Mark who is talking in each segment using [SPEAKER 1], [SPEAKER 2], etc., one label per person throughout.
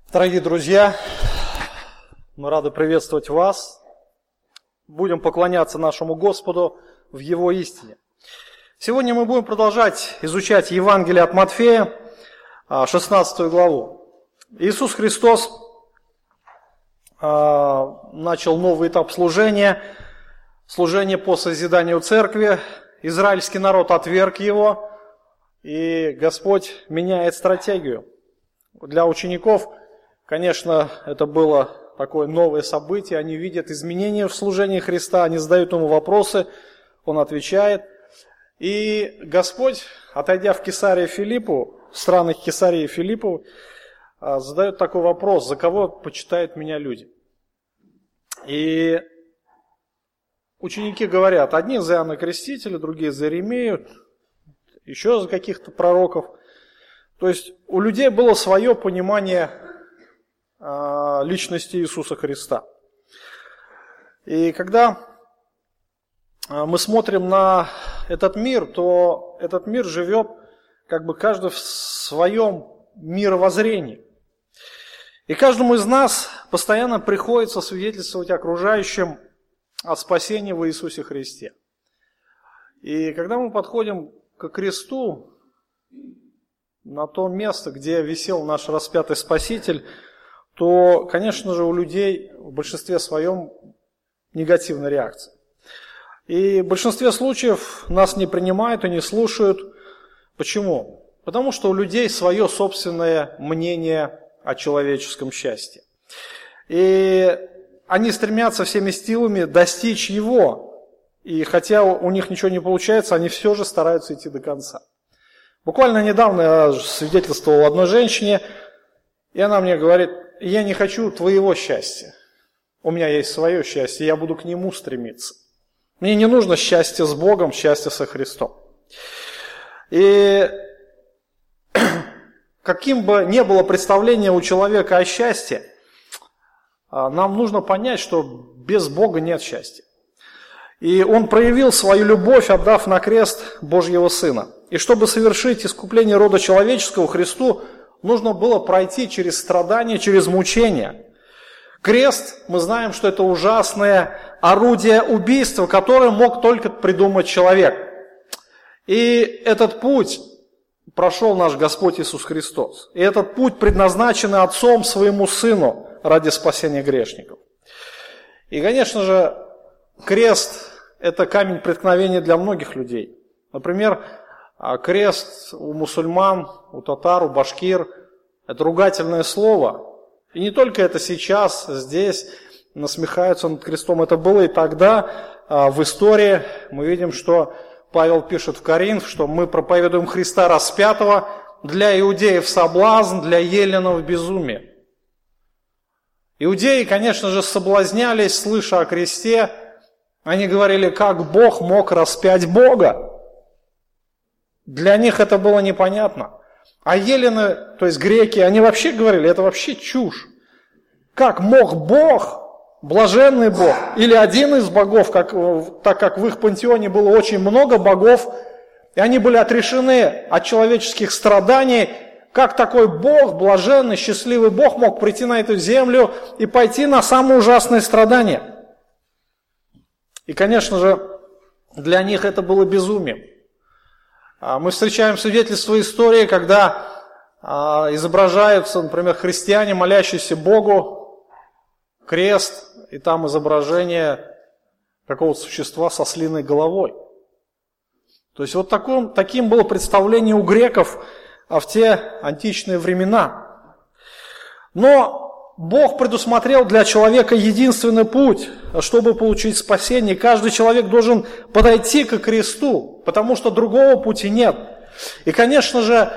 [SPEAKER 1] Дорогие друзья, мы рады приветствовать вас. Будем поклоняться нашему Господу в Его истине. Сегодня мы будем продолжать изучать Евангелие от Матфея, 16 главу. Иисус Христос начал новый этап служения по созиданию церкви. Израильский народ отверг его, и Господь меняет стратегию. Для учеников, конечно, это было такое новое событие. Они видят изменения в служении Христа, они задают ему вопросы, он отвечает. И Господь, отойдя в Кесарию Филиппу, в странах Кесарии Филиппу, задает такой вопрос: за кого почитают меня люди? И ученики говорят, одни за Иоанна Крестителя, другие за Иеремию, еще за каких-то пророков. То есть у людей было свое понимание личности Иисуса Христа. И когда мы смотрим на этот мир, то этот мир живет как бы каждый в своем мировоззрении. И каждому из нас постоянно приходится свидетельствовать окружающим о спасении в Иисусе Христе. И когда мы подходим к кресту, на то место, где висел наш распятый Спаситель, то, конечно же, у людей в большинстве своем негативная реакция. И в большинстве случаев нас не принимают и не слушают. Почему? Потому что у людей свое собственное мнение о человеческом счастье. И они стремятся всеми силами достичь его. И хотя у них ничего не получается, они все же стараются идти до конца. Буквально недавно я свидетельствовал одной женщине, и она мне говорит: я не хочу твоего счастья. У меня есть свое счастье, я буду к нему стремиться. Мне не нужно счастье с Богом, счастье со Христом. И каким бы ни было представление у человека о счастье, нам нужно понять, что без Бога нет счастья. И Он проявил свою любовь, отдав на крест Божьего Сына. И чтобы совершить искупление рода человеческого, Христу нужно было пройти через страдания, через мучения. Крест, мы знаем, что это ужасное орудие убийства, которое мог только придумать человек. И этот путь прошел наш Господь Иисус Христос. И этот путь предназначен Отцом своему Сыну ради спасения грешников. И, конечно же, крест – это камень преткновения для многих людей. Например, крест у мусульман, у татар, у башкир – это ругательное слово. И не только это сейчас, здесь насмехаются над крестом. Это было и тогда, в истории. Мы видим, что Павел пишет в Коринф, что мы проповедуем Христа распятого, для иудеев соблазн, для еллинов безумие. Иудеи, конечно же, соблазнялись, слыша о кресте. Они говорили, как Бог мог распять Бога. Для них это было непонятно. А еллины, то есть греки, они вообще говорили, это вообще чушь. Как мог Бог, блаженный Бог, или один из богов, так как в их пантеоне было очень много богов, и они были отрешены от человеческих страданий, как такой Бог, блаженный, счастливый Бог мог прийти на эту землю и пойти на самые ужасные страдания? И, конечно же, для них это было безумием. Мы встречаем свидетельства истории, когда изображаются, например, христиане, молящиеся Богу, крест, и там изображение какого-то существа со ослиной головой. То есть вот таким было представление у греков в те античные времена. Но Бог предусмотрел для человека единственный путь, чтобы получить спасение. Каждый человек должен подойти к кресту, потому что другого пути нет. И, конечно же,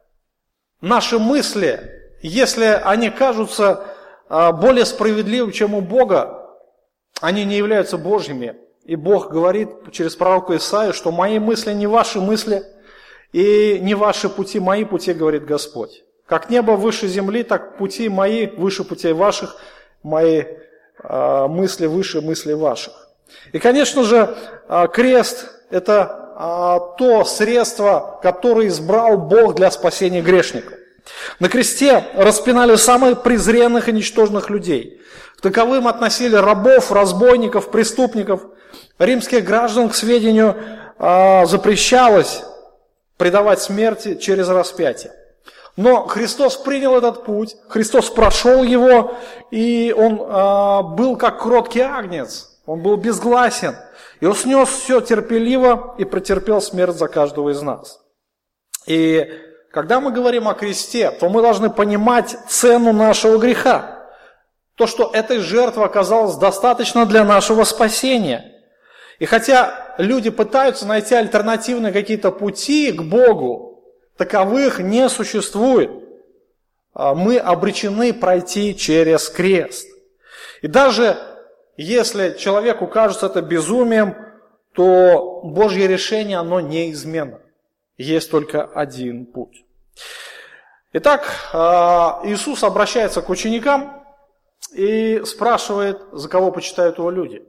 [SPEAKER 1] наши мысли, если они кажутся более справедливыми, чем у Бога, они не являются Божьими. И Бог говорит через пророка Исаию, что мои мысли не ваши мысли, и не ваши пути, мои пути, говорит Господь. Как небо выше земли, так пути мои выше путей ваших, мои мысли выше мыслей ваших. И, конечно же, крест – это то средство, которое избрал Бог для спасения грешников. На кресте распинали самых презренных и ничтожных людей. К таковым относили рабов, разбойников, преступников. Римских граждан, к сведению, запрещалось предавать смерти через распятие. Но Христос принял этот путь, Христос прошел его, и Он был как кроткий агнец, Он был безгласен. И Он снес все терпеливо и претерпел смерть за каждого из нас. И когда мы говорим о кресте, то мы должны понимать цену нашего греха. То, что этой жертвы оказалось достаточно для нашего спасения. И хотя люди пытаются найти альтернативные какие-то пути к Богу, таковых не существует. Мы обречены пройти через крест. И даже если человеку кажется это безумием, то Божье решение, оно неизменно. Есть только один путь. Итак, Иисус обращается к ученикам и спрашивает, за кого почитают его люди.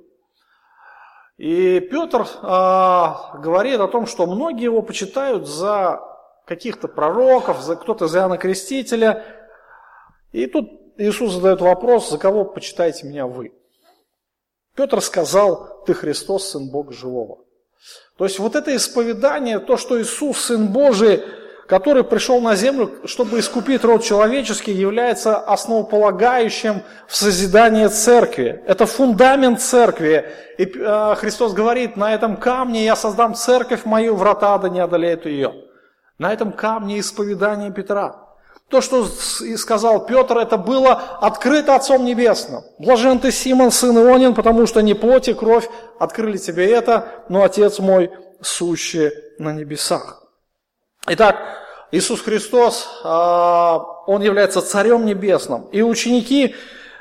[SPEAKER 1] И Петр говорит о том, что многие его почитают за каких-то пророков, кто-то за Иоанна Крестителя. И тут Иисус задает вопрос, за кого почитаете меня вы? Петр сказал, ты Христос, Сын Бога Живого. То есть вот это исповедание, то, что Иисус, Сын Божий, который пришел на землю, чтобы искупить род человеческий, является основополагающим в созидании церкви. Это фундамент церкви. И Христос говорит, на этом камне я создам церковь мою, врата ада не одолеют ее. На этом камне исповедание Петра. То, что сказал Петр, это было открыто Отцом Небесным. Блажен ты, Симон, сын Ионин, потому что не плоть и кровь открыли тебе это, но Отец мой, сущий на небесах. Итак, Иисус Христос, Он является Царем Небесным. И ученики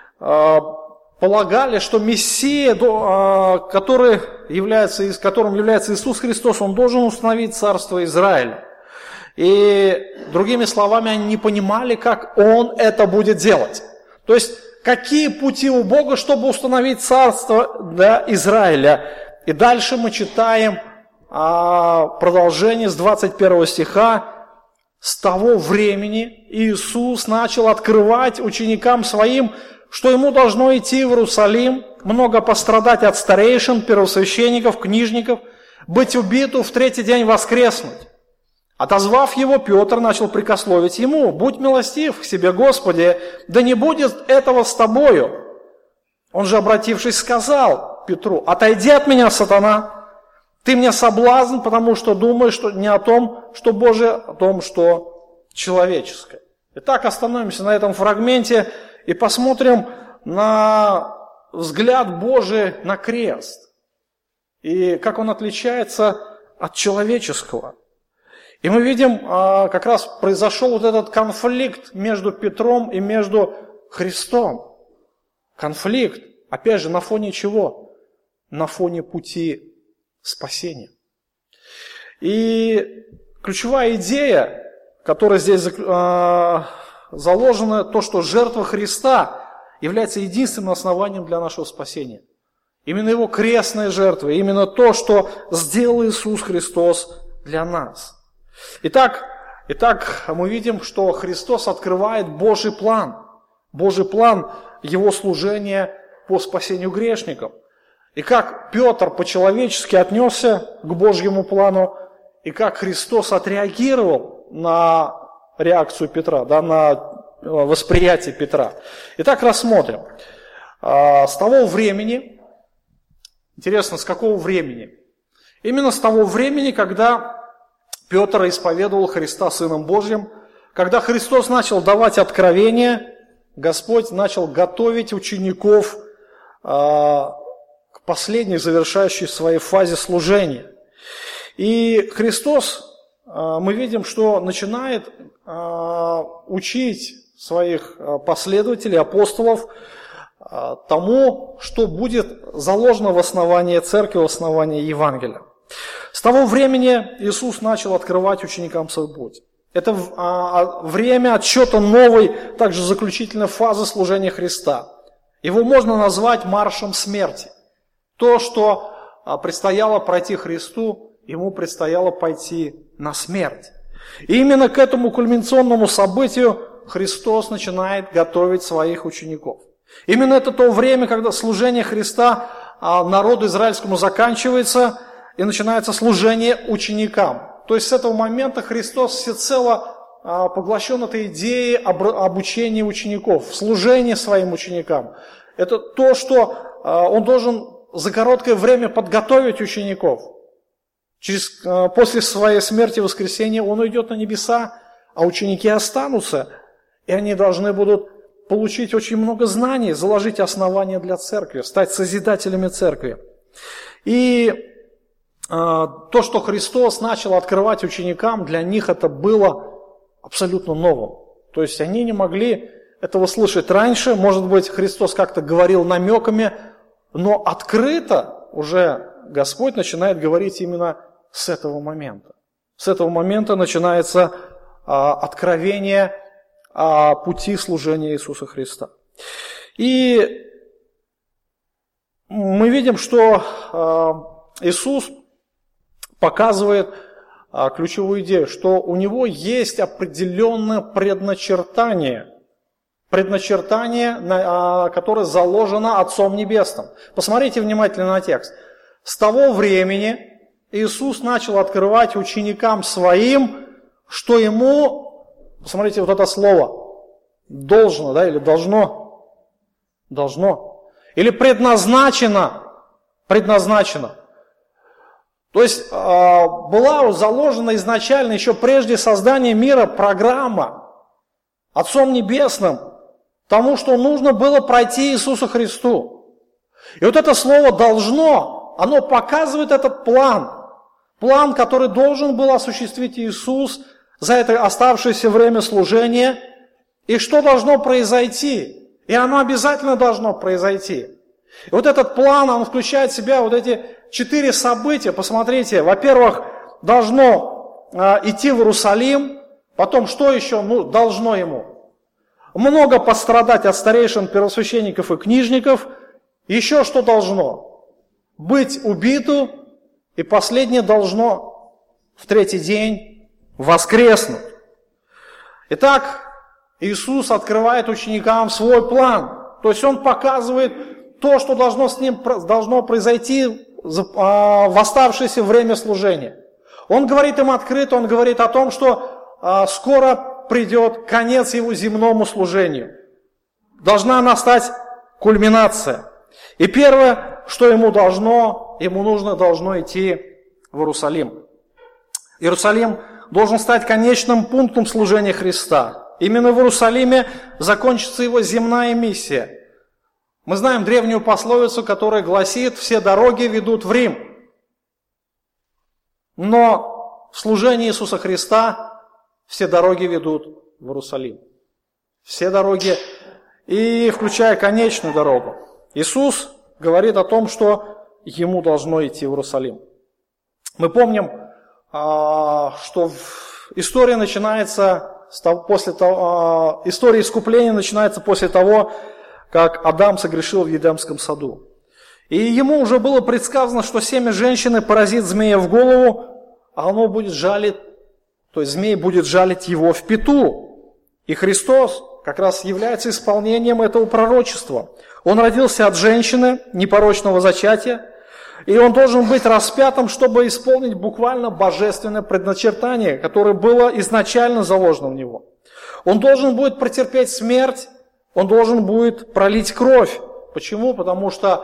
[SPEAKER 1] полагали, что Мессия, которым является Иисус Христос, Он должен установить Царство Израиля. И, другими словами, они не понимали, как Он это будет делать. То есть, какие пути у Бога, чтобы установить Царство для Израиля. И дальше мы читаем продолжение с 21 стиха. С того времени Иисус начал открывать ученикам Своим, что Ему должно идти в Иерусалим, много пострадать от старейшин, первосвященников, книжников, быть убиту, в третий день воскреснуть. Отозвав его, Петр начал прикословить ему, «Будь милостив к себе, Господи, да не будет этого с тобою». Он же, обратившись, сказал Петру, «Отойди от меня, сатана, ты мне соблазн, потому что думаешь что не о том, что Божие, а о том, что человеческое». Итак, остановимся на этом фрагменте и посмотрим на взгляд Божий на крест и как он отличается от человеческого. И мы видим, как раз произошел вот этот конфликт между Петром и между Христом. Конфликт, опять же, на фоне чего? На фоне пути спасения. И ключевая идея, которая здесь заложена, то, что жертва Христа является единственным основанием для нашего спасения. Именно Его крестная жертва, именно то, что сделал Иисус Христос для нас. Итак, мы видим, что Христос открывает Божий план Его служения по спасению грешников. И как Петр по-человечески отнесся к Божьему плану, и как Христос отреагировал на реакцию Петра, на восприятие Петра. Итак, рассмотрим. С того времени, интересно, с какого времени? Именно с того времени, когда Петр исповедовал Христа Сыном Божьим. Когда Христос начал давать откровения, Господь начал готовить учеников к последней завершающей своей фазе служения. И Христос, мы видим, что начинает учить своих последователей, апостолов, тому, что будет заложено в основании церкви, в основании Евангелия. С того времени Иисус начал открывать ученикам свой путь. Это время отсчета новой, также заключительной фазы служения Христа. Его можно назвать маршем смерти. То, что предстояло пройти Христу, Ему предстояло пойти на смерть. И именно к этому кульминационному событию Христос начинает готовить своих учеников. Именно это то время, когда служение Христа народу израильскому заканчивается, и начинается служение ученикам. То есть с этого момента Христос всецело поглощен этой идеей обучения учеников, служения своим ученикам. Это то, что он должен за короткое время подготовить учеников. После своей смерти и воскресения он уйдет на небеса, а ученики останутся, и они должны будут получить очень много знаний, заложить основания для церкви, стать созидателями церкви. И то, что Христос начал открывать ученикам, для них это было абсолютно новым. То есть они не могли этого слышать раньше, может быть, Христос как-то говорил намеками, но открыто уже Господь начинает говорить именно с этого момента. С этого момента начинается откровение о пути служения Иисуса Христа. И мы видим, что Иисус показывает ключевую идею, что у Него есть определенное предначертание, которое заложено Отцом Небесным. Посмотрите внимательно на текст. С того времени Иисус начал открывать ученикам своим, что Ему, посмотрите вот это слово, должно, да, или должно, или предназначено. То есть была заложена изначально, еще прежде создания мира, программа Отцом Небесным тому, что нужно было пройти Иисусу Христу. И вот это слово «должно», оно показывает этот план, который должен был осуществить Иисус за это оставшееся время служения, и что должно произойти. И оно обязательно должно произойти. И вот этот план, он включает в себя вот эти 4 события. Посмотрите, во-первых, должно идти в Иерусалим, потом что еще должно ему? Много пострадать от старейшин, первосвященников и книжников. Еще что должно? Быть убиту, и последнее должно в 3-й день воскреснуть. Итак, Иисус открывает ученикам свой план. То есть Он показывает то, что должно с Ним произойти в оставшееся время служения. Он говорит им открыто, Он говорит о том, что скоро придет конец Его земному служению. Должна настать кульминация. И первое, что Ему должно идти в Иерусалим. Иерусалим должен стать конечным пунктом служения Христа. Именно в Иерусалиме закончится Его земная миссия. Мы знаем древнюю пословицу, которая гласит: «Все дороги ведут в Рим». Но в служении Иисуса Христа все дороги ведут в Иерусалим. Все дороги, и включая конечную дорогу. Иисус говорит о том, что Ему должно идти в Иерусалим. Мы помним, что история начинается история искупления начинается после того, как Адам согрешил в Едемском саду. И ему уже было предсказано, что семя женщины поразит змея в голову, а оно будет жалить, то есть змей будет жалить его в пяту. И Христос как раз является исполнением этого пророчества. Он родился от женщины, непорочного зачатия, и он должен быть распятым, чтобы исполнить буквально божественное предначертание, которое было изначально заложено в него. Он должен будет претерпеть смерть, он должен будет пролить кровь. Почему? Потому что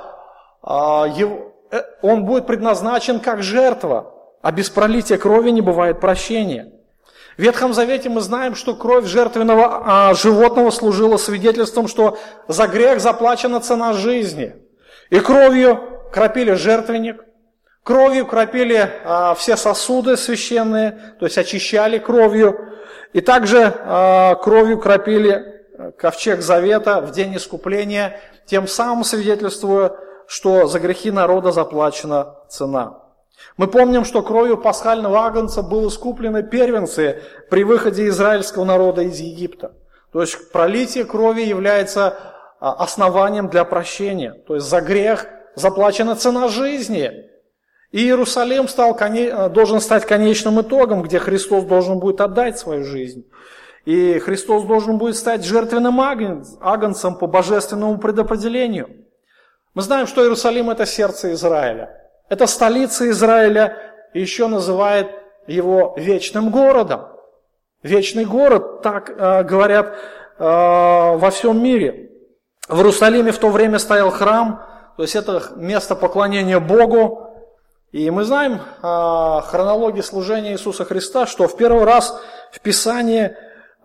[SPEAKER 1] он будет предназначен как жертва, а без пролития крови не бывает прощения. В Ветхом Завете мы знаем, что кровь жертвенного животного служила свидетельством, что за грех заплачена цена жизни. И кровью кропили жертвенник, кровью кропили все сосуды священные, то есть очищали кровью. И также кровью кропили ковчег завета в день искупления, тем самым свидетельствуя, что за грехи народа заплачена цена. Мы помним, что кровью пасхального агнца были искуплены первенцы при выходе израильского народа из Египта. То есть пролитие крови является основанием для прощения. То есть за грех заплачена цена жизни. И Иерусалим должен стать конечным итогом, где Христос должен будет отдать свою жизнь. И Христос должен будет стать жертвенным агнцем по божественному предопределению. Мы знаем, что Иерусалим – это сердце Израиля. Это столица Израиля, и еще называют его вечным городом. Вечный город, так говорят во всем мире. В Иерусалиме в то время стоял храм, то есть это место поклонения Богу. И мы знаем хронологию служения Иисуса Христа, что в первый раз в Писании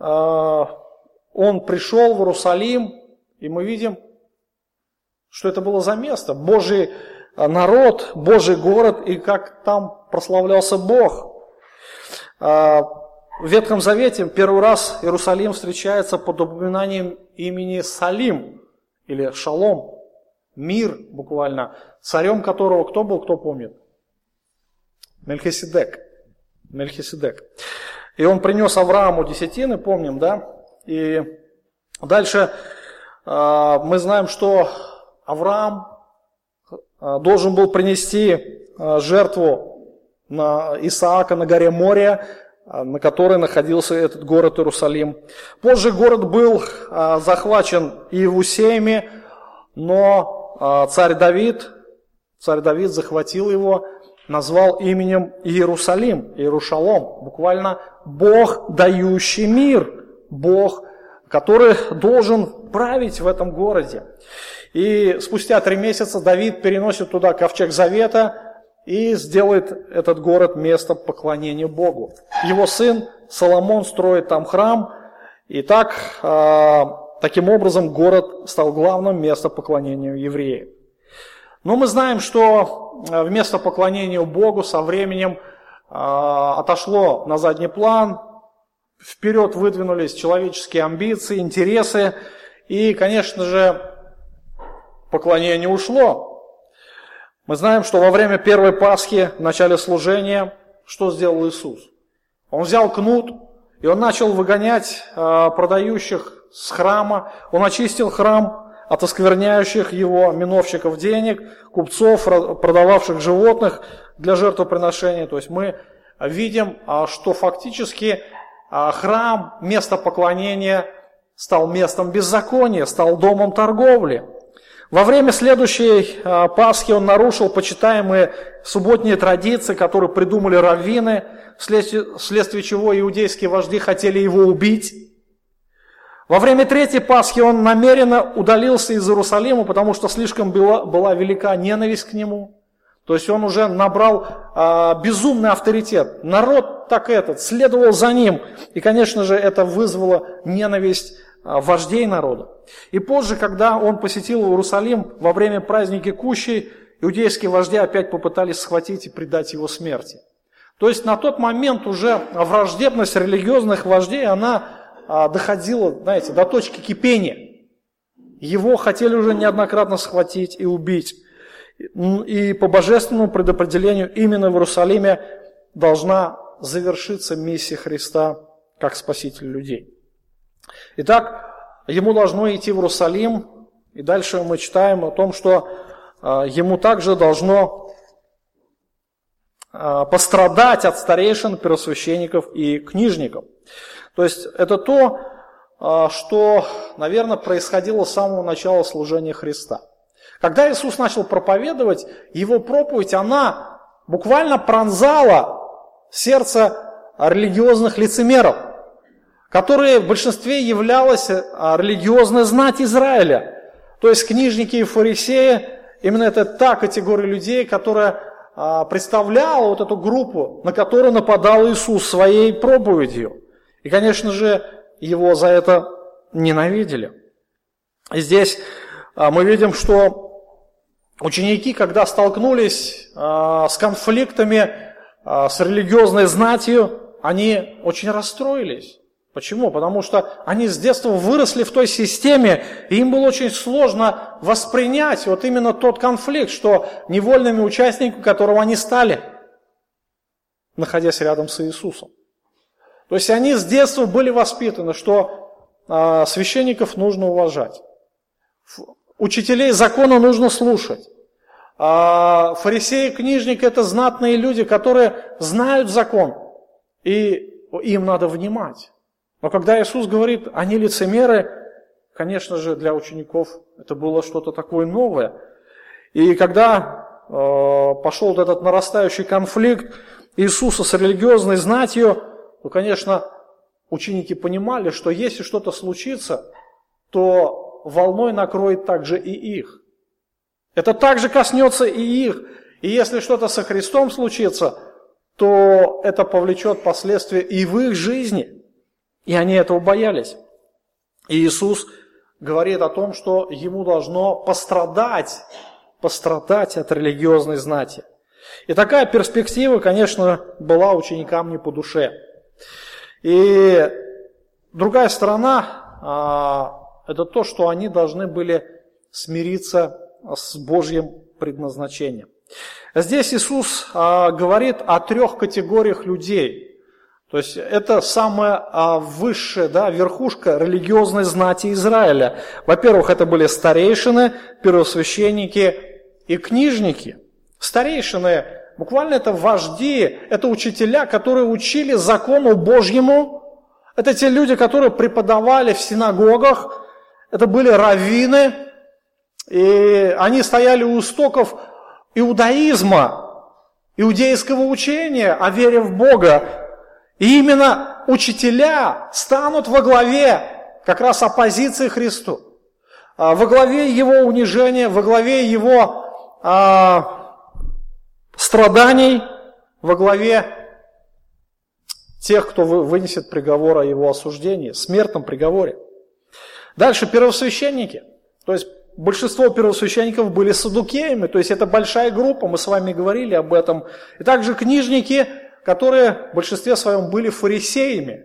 [SPEAKER 1] Он пришел в Иерусалим, и мы видим, что это было за место. Божий народ, Божий город, и как там прославлялся Бог. В Ветхом Завете первый раз Иерусалим встречается под упоминанием имени Салим, или Шалом, мир буквально, царем которого кто был, кто помнит? Мельхиседек. И он принес Аврааму десятины, помним, да? И дальше мы знаем, что Авраам должен был принести жертву на Исаака на горе Мория, на которой находился этот город Иерусалим. Позже город был захвачен Иевусеями, но царь Давид захватил его, назвал именем Иерусалим, Иерушалом, буквально Бог, дающий мир, Бог, который должен править в этом городе. И спустя 3 месяца Давид переносит туда ковчег Завета и сделает этот город местом поклонения Богу. Его сын Соломон строит там храм, и таким образом город стал главным местом поклонения евреев. Но мы знаем, что вместо поклонения Богу со временем отошло на задний план, вперед выдвинулись человеческие амбиции, интересы, и, конечно же, поклонение ушло. Мы знаем, что во время первой Пасхи, в начале служения, что сделал Иисус? Он взял кнут, и он начал выгонять продающих с храма, он очистил храм от оскверняющих его миновщиков денег, купцов, продававших животных для жертвоприношения. То есть мы видим, что фактически храм, место поклонения, стал местом беззакония, стал домом торговли. Во время следующей Пасхи он нарушил почитаемые субботние традиции, которые придумали раввины, вследствие чего иудейские вожди хотели его убить. Во время третьей Пасхи он намеренно удалился из Иерусалима, потому что слишком была велика ненависть к нему. То есть он уже набрал безумный авторитет. Народ следовал за ним. И, конечно же, это вызвало ненависть вождей народа. И позже, когда он посетил Иерусалим во время праздника Кущей, иудейские вожди опять попытались схватить и предать его смерти. То есть на тот момент уже враждебность религиозных вождей, она доходила, до точки кипения. Его хотели уже неоднократно схватить и убить. И по божественному предопределению именно в Иерусалиме должна завершиться миссия Христа как Спасителя людей. Итак, ему должно идти в Иерусалим, и дальше мы читаем о том, что ему также должно пострадать от старейшин, первосвященников и книжников. То есть это то, что, наверное, происходило с самого начала служения Христа. Когда Иисус начал проповедовать, его проповедь, она буквально пронзала сердце религиозных лицемеров, которые в большинстве являлась религиозная знать Израиля. То есть книжники и фарисеи, именно это та категория людей, которая представляла вот эту группу, на которую нападал Иисус своей проповедью. И, конечно же, его за это ненавидели. И здесь мы видим, что ученики, когда столкнулись с конфликтами с религиозной знатью, они очень расстроились. Почему? Потому что они с детства выросли в той системе, и им было очень сложно воспринять вот именно тот конфликт, что невольными участниками которого они стали, находясь рядом с Иисусом. То есть они с детства были воспитаны, что священников нужно уважать, учителей закона нужно слушать, Фарисеи и книжники – это знатные люди, которые знают закон, и им надо внимать. Но когда Иисус говорит, они лицемеры, конечно же, для учеников это было что-то такое новое. И когда пошел вот этот нарастающий конфликт Иисуса с религиозной знатью, то, конечно, ученики понимали, что если что-то случится, то волной накроет также и их. Это также коснется и их. И если что-то со Христом случится, то это повлечет последствия и в их жизни. И они этого боялись. И Иисус говорит о том, что ему должно пострадать от религиозной знати. И такая перспектива, конечно, была ученикам не по душе. И другая сторона, это то, что они должны были смириться с Божьим предназначением. Здесь Иисус говорит о 3 категориях людей. То есть это самая высшая, верхушка религиозной знати Израиля. Во-первых, это были старейшины, первосвященники и книжники. Старейшины, буквально это вожди, это учителя, которые учили закону Божьему. Это те люди, которые преподавали в синагогах. Это были раввины. И они стояли у истоков иудаизма, иудейского учения о вере в Бога. И именно учителя станут во главе как раз оппозиции Христу, во главе Его унижения, во главе Его страданий, во главе тех, кто вынесет приговор о Его осуждении, смертном приговоре. Дальше первосвященники, то есть большинство первосвященников были саддукеями, то есть это большая группа, мы с вами говорили об этом. И также книжники, которые в большинстве своем были фарисеями.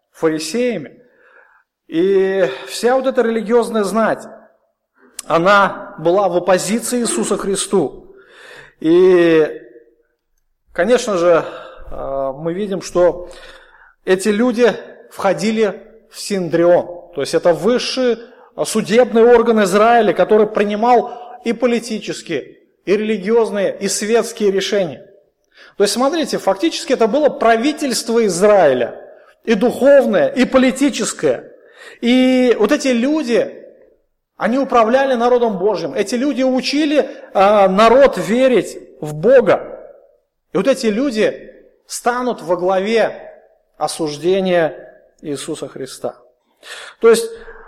[SPEAKER 1] И вся вот эта религиозная знать, она была в оппозиции Иисусу Христу. И, конечно же, мы видим, что эти люди входили в Синедрион. То есть это высший судебный орган Израиля, который принимал и политические, и религиозные, и светские решения. То есть, смотрите, фактически это было правительство Израиля, и духовное, и политическое. И вот эти люди, они управляли народом Божьим. Эти люди учили народ верить в Бога. И вот эти люди станут во главе осуждения Иисуса Христа. То есть,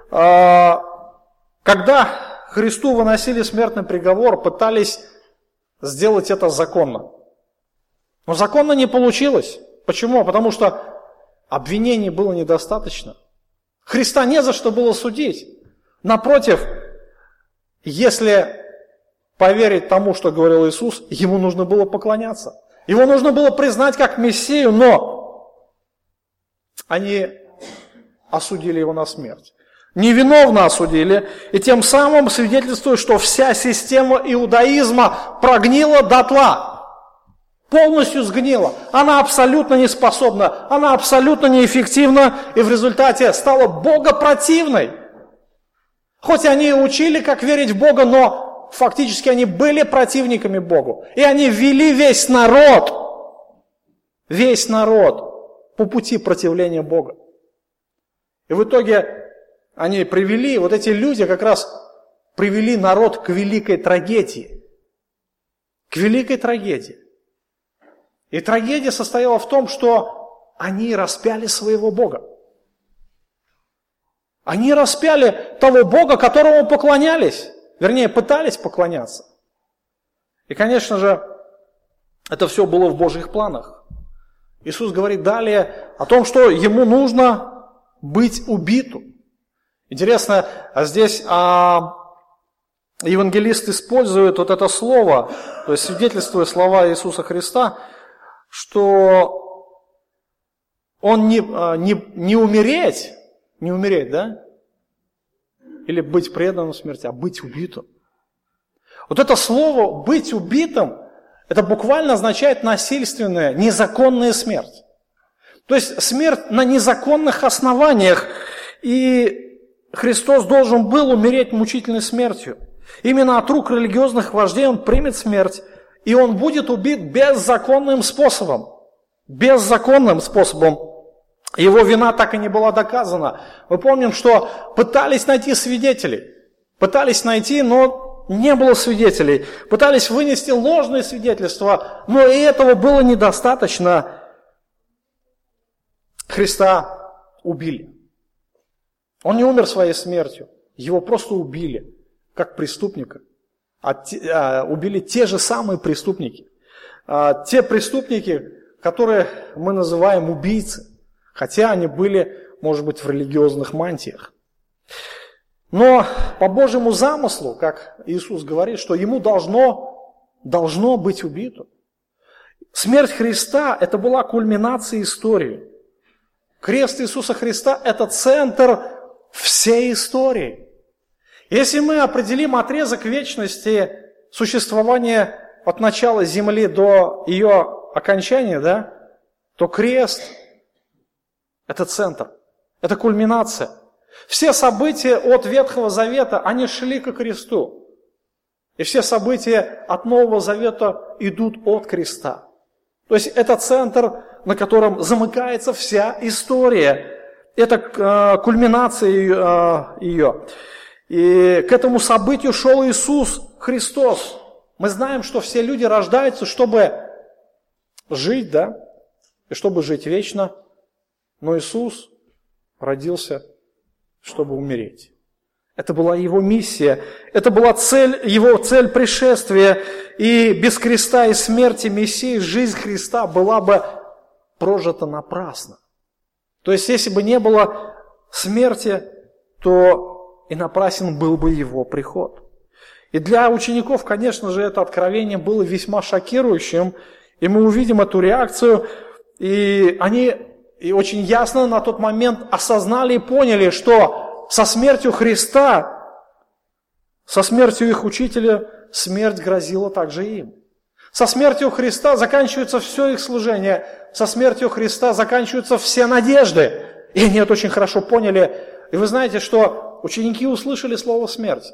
[SPEAKER 1] когда Христу выносили смертный приговор, пытались сделать это законно. Но законно не получилось. Почему? Потому что обвинений было недостаточно. Христа не за что было судить. Напротив, если поверить тому, что говорил Иисус, ему нужно было поклоняться. Его нужно было признать как Мессию, но они осудили его на смерть. Невиновно осудили, и тем самым свидетельствуют, что вся система иудаизма прогнила дотла. Полностью сгнила. Она абсолютно неспособна, она абсолютно неэффективна, и в результате стала богопротивной. Хоть они и учили, как верить в Бога, но фактически они были противниками Богу. И они вели весь народ по пути противления Бога. И в итоге они привели, вот эти люди как раз привели народ к великой трагедии. К великой трагедии. И трагедия состояла в том, что они распяли своего Бога. Они распяли того Бога, которому поклонялись. Вернее, пытались поклоняться. И, конечно же, это все было в Божьих планах. Иисус говорит далее о том, что ему нужно быть убитым. Интересно, здесь евангелист использует вот это слово, то есть свидетельствуя слова Иисуса Христа, что он не умереть, да? Или быть преданным смерти, а быть убитым. Вот это слово «быть убитым», это буквально означает насильственная, незаконная смерть. То есть смерть на незаконных основаниях. И Христос должен был умереть мучительной смертью. Именно от рук религиозных вождей он примет смерть, и он будет убит беззаконным способом. Беззаконным способом. Его вина так и не была доказана. Мы помним, что пытались найти свидетелей. Пытались найти, но не было свидетелей. Пытались вынести ложные свидетельства, но и этого было недостаточно. Христа убили. Он не умер своей смертью. Его просто убили, как преступника. Убили те же самые преступники. Те преступники, которые мы называем убийцы. Хотя они были, может быть, в религиозных мантиях. Но по Божьему замыслу, как Иисус говорит, что ему должно быть убито. Смерть Христа – это была кульминация истории. Крест Иисуса Христа – это центр всей истории. Если мы определим отрезок вечности существования от начала Земли до ее окончания, да, то крест – это центр, это кульминация. Все события от Ветхого Завета, они шли ко кресту. И все события от Нового Завета идут от креста. То есть это центр, на котором замыкается вся история. Это кульминация ее. И к этому событию шел Иисус Христос. Мы знаем, что все люди рождаются, чтобы жить, да, и чтобы жить вечно. Но Иисус родился, чтобы умереть. Это была его миссия, это была его цель пришествия. И без креста и смерти Мессии жизнь Христа была бы прожита напрасно. То есть, если бы не было смерти, то и напрасен был бы его приход. И для учеников, конечно же, это откровение было весьма шокирующим. И мы увидим эту реакцию. И они очень ясно на тот момент осознали и поняли, что со смертью Христа, со смертью их учителя, смерть грозила также им. Со смертью Христа заканчивается все их служение. Со смертью Христа заканчиваются все надежды. И они это очень хорошо поняли. И вы знаете, что ученики услышали слово «смерть».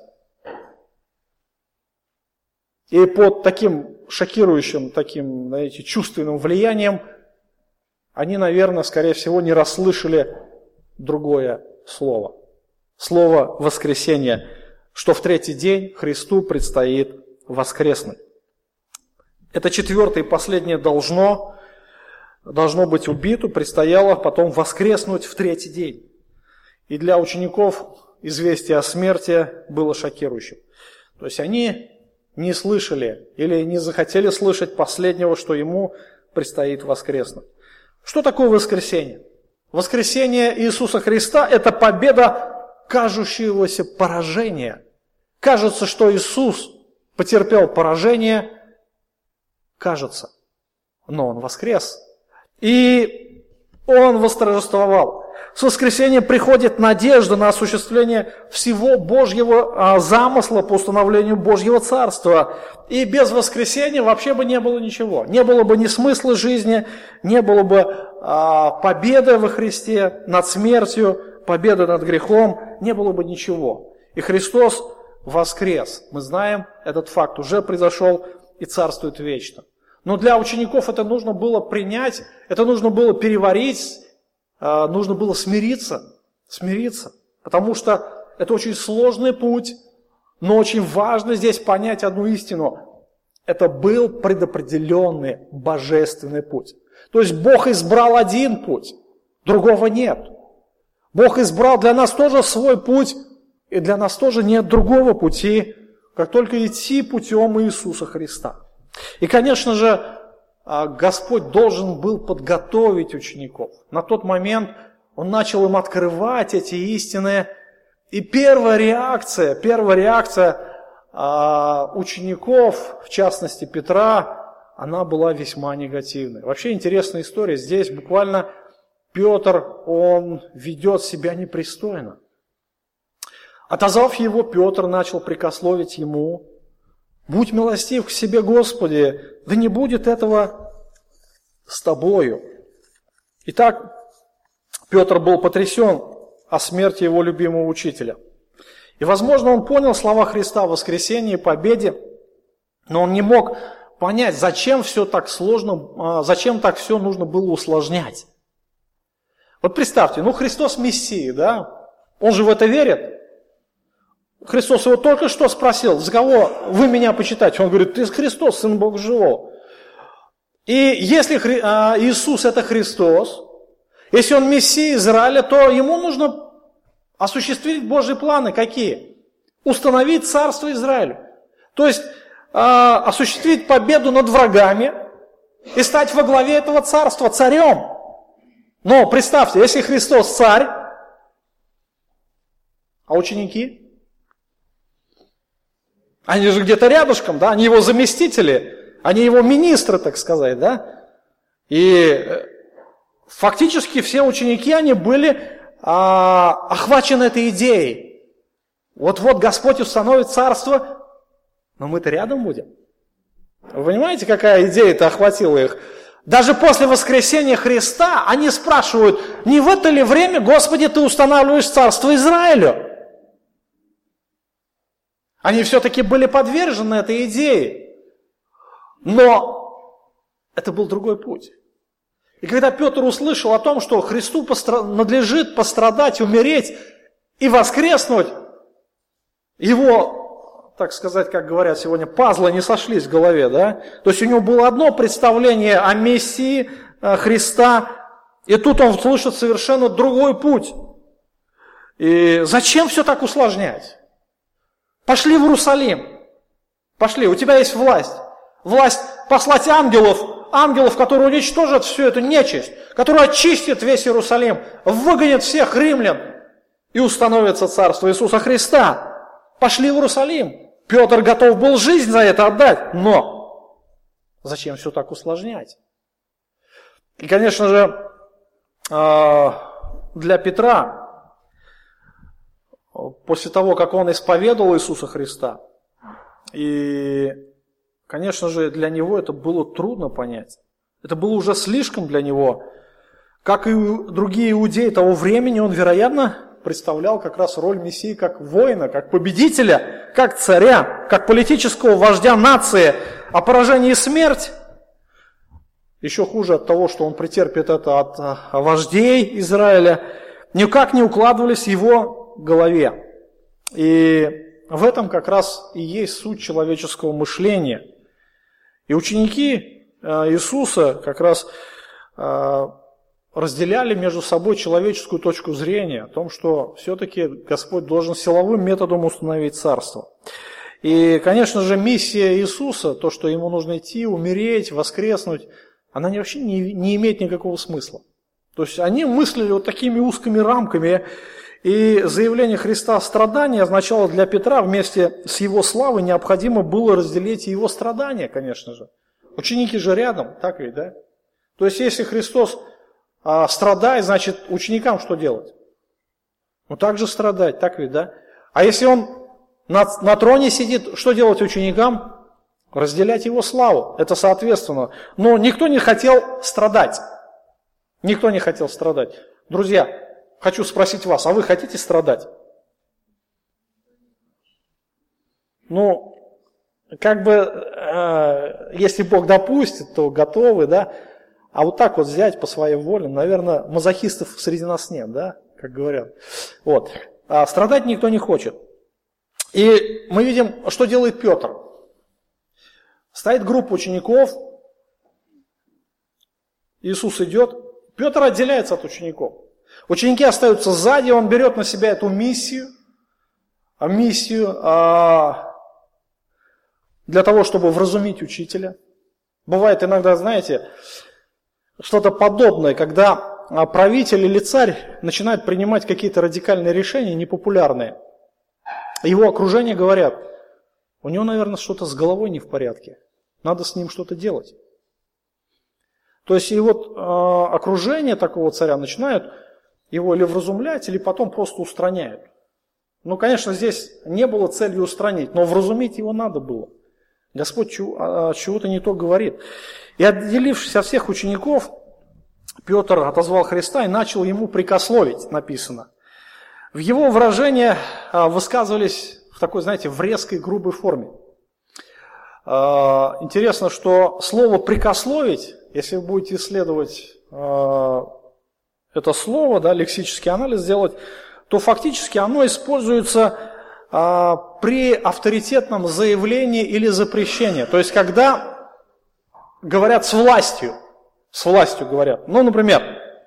[SPEAKER 1] И под таким шокирующим, таким, знаете, чувственным влиянием они, наверное, скорее всего, не расслышали другое слово. Слово «воскресение», что в третий день Христу предстоит воскреснуть. Это четвертое и последнее должно быть убито, предстояло потом воскреснуть в третий день. И для учеников известие о смерти было шокирующим. То есть они не слышали или не захотели слышать последнего, что ему предстоит воскреснуть. Что такое воскресение? Воскресение Иисуса Христа – это победа кажущегося поражения. Кажется, что Иисус потерпел поражение, кажется, но Он воскрес. И Он восторжествовал. С воскресения приходит надежда на осуществление всего Божьего замысла по установлению Божьего Царства. И без воскресения вообще бы не было ничего. Не было бы ни смысла жизни, не было бы победы во Христе над смертью, победы над грехом, не было бы ничего. И Христос воскрес. Мы знаем, этот факт уже произошел и царствует вечно. Но для учеников это нужно было принять, это нужно было переварить, нужно было смириться, потому что это очень сложный путь, но очень важно здесь понять одну истину. Это был предопределенный божественный путь. То есть Бог избрал один путь, другого нет. Бог избрал для нас тоже свой путь, и для нас тоже нет другого пути, как только идти путем Иисуса Христа. И, конечно же, Господь должен был подготовить учеников. На тот момент Он начал им открывать эти истины. И первая реакция учеников, в частности Петра, она была весьма негативной. Вообще интересная история. Здесь буквально Петр, он ведет себя непристойно. Отозвав его, Петр начал прикословить ему: «Будь милостив к себе, Господи, да не будет этого с тобою». Итак, Петр был потрясен о смерти его любимого учителя. И, возможно, он понял слова Христа о воскресении, победе, но он не мог понять, зачем все так сложно, зачем так все нужно было усложнять. Вот представьте, Христос Мессия, да? Он же в это верит. Христос его только что спросил, за кого вы меня почитаете? Он говорит, ты Христос, Сын Бога Живого. И если Иисус это Христос, если Он Мессия Израиля, то Ему нужно осуществить Божьи планы. Какие? Установить Царство Израилю. То есть осуществить победу над врагами и стать во главе этого царства царем. Но представьте, если Христос царь, а ученики? Они же где-то рядышком, да? Они его заместители, они его министры, так сказать, да? И фактически все ученики, они были охвачены этой идеей. Вот-вот Господь установит царство, но мы-то рядом будем. Вы понимаете, какая идея-то охватила их? Даже после воскресения Христа они спрашивают, не в это ли время, Господи, Ты устанавливаешь царство Израилю? Они все-таки были подвержены этой идее. Но это был другой путь. И когда Петр услышал о том, что Христу надлежит пострадать, умереть и воскреснуть, его, так сказать, как говорят сегодня, пазлы не сошлись в голове, да? То есть у него было одно представление о Мессии Христа, и тут он слышит совершенно другой путь. И зачем все так усложнять? Пошли в Иерусалим. Пошли, у тебя есть власть. Власть послать ангелов, которые уничтожат всю эту нечисть, которые очистят весь Иерусалим, выгонят всех римлян и установится царство Иисуса Христа. Пошли в Иерусалим. Петр готов был жизнь за это отдать, но зачем все так усложнять? И, конечно же, для Петра, после того, как он исповедовал Иисуса Христа, и, конечно же, для него это было трудно понять. Это было уже слишком для него. Как и другие иудеи того времени, он, вероятно, представлял как раз роль Мессии как воина, как победителя, как царя, как политического вождя нации, а поражение и смерть, еще хуже от того, что он претерпит это от вождей Израиля, никак не укладывались в его голове. И в этом как раз и есть суть человеческого мышления. И ученики Иисуса как раз разделяли между собой человеческую точку зрения о том, что все-таки Господь должен силовым методом установить царство. И, конечно же, миссия Иисуса, то, что Ему нужно идти, умереть, воскреснуть, она вообще не имеет никакого смысла. То есть они мыслили вот такими узкими рамками, и заявление Христа о страдании означало для Петра вместе с его славой необходимо было разделить и его страдания, конечно же. Ученики же рядом, так ведь, да? То есть если Христос страдает, значит ученикам что делать? Ну так же страдать, так ведь, да? А если Он на троне сидит, что делать ученикам? Разделять Его славу, это соответственно. Но никто не хотел страдать. Никто не хотел страдать. Друзья, хочу спросить вас, а вы хотите страдать? Ну, как бы, если Бог допустит, то готовы, да? А вот так вот взять по своей воле, наверное, мазохистов среди нас нет, да? Как говорят. Вот. А страдать никто не хочет. И мы видим, что делает Петр. Стоит группа учеников, Иисус идет, Петр отделяется от учеников. Ученики остаются сзади, он берет на себя эту миссию для того, чтобы вразумить учителя. Бывает иногда, знаете, что-то подобное, когда правитель или царь начинает принимать какие-то радикальные решения, непопулярные. Его окружение говорят, у него, наверное, что-то с головой не в порядке, надо с ним что-то делать. То есть и вот окружение такого царя начинают его или вразумлять, или потом просто устраняют. Ну, конечно, здесь не было целью устранить, но вразумить его надо было. Господь чего-то не то говорит. И отделившись от всех учеников, Петр отозвал Христа и начал ему прикословить, написано. В его выражения высказывались в такой, знаете, в резкой, грубой форме. Интересно, что слово «прикословить», если вы будете исследовать это слово, да, лексический анализ сделать, то фактически оно используется при авторитетном заявлении или запрещении. То есть, когда говорят с властью говорят. Ну, например,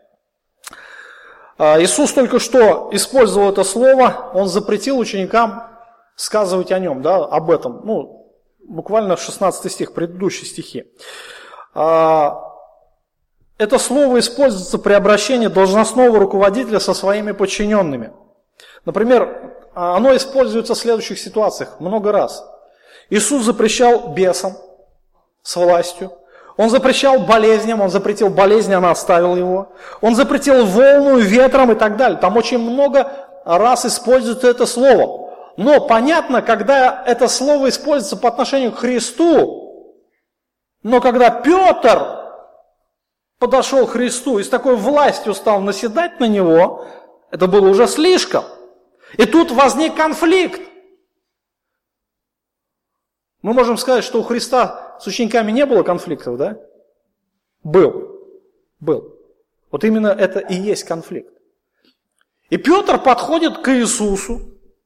[SPEAKER 1] Иисус только что использовал это слово, Он запретил ученикам сказывать о Нем, да, об этом. Ну, буквально 16 стих, предыдущие стихи. Это слово используется при обращении должностного руководителя со своими подчиненными. Например, оно используется в следующих ситуациях много раз. Иисус запрещал бесам с властью. Он запрещал болезням, Он запретил болезни, она оставила его. Он запретил волну, ветром и так далее. Там очень много раз используется это слово. Но понятно, когда это слово используется по отношению к Христу, но когда Петр подошел к Христу и с такой властью стал наседать на Него, это было уже слишком. И тут возник конфликт. Мы можем сказать, что у Христа с учениками не было конфликтов, да? Был. Вот именно это и есть конфликт. И Петр подходит к Иисусу.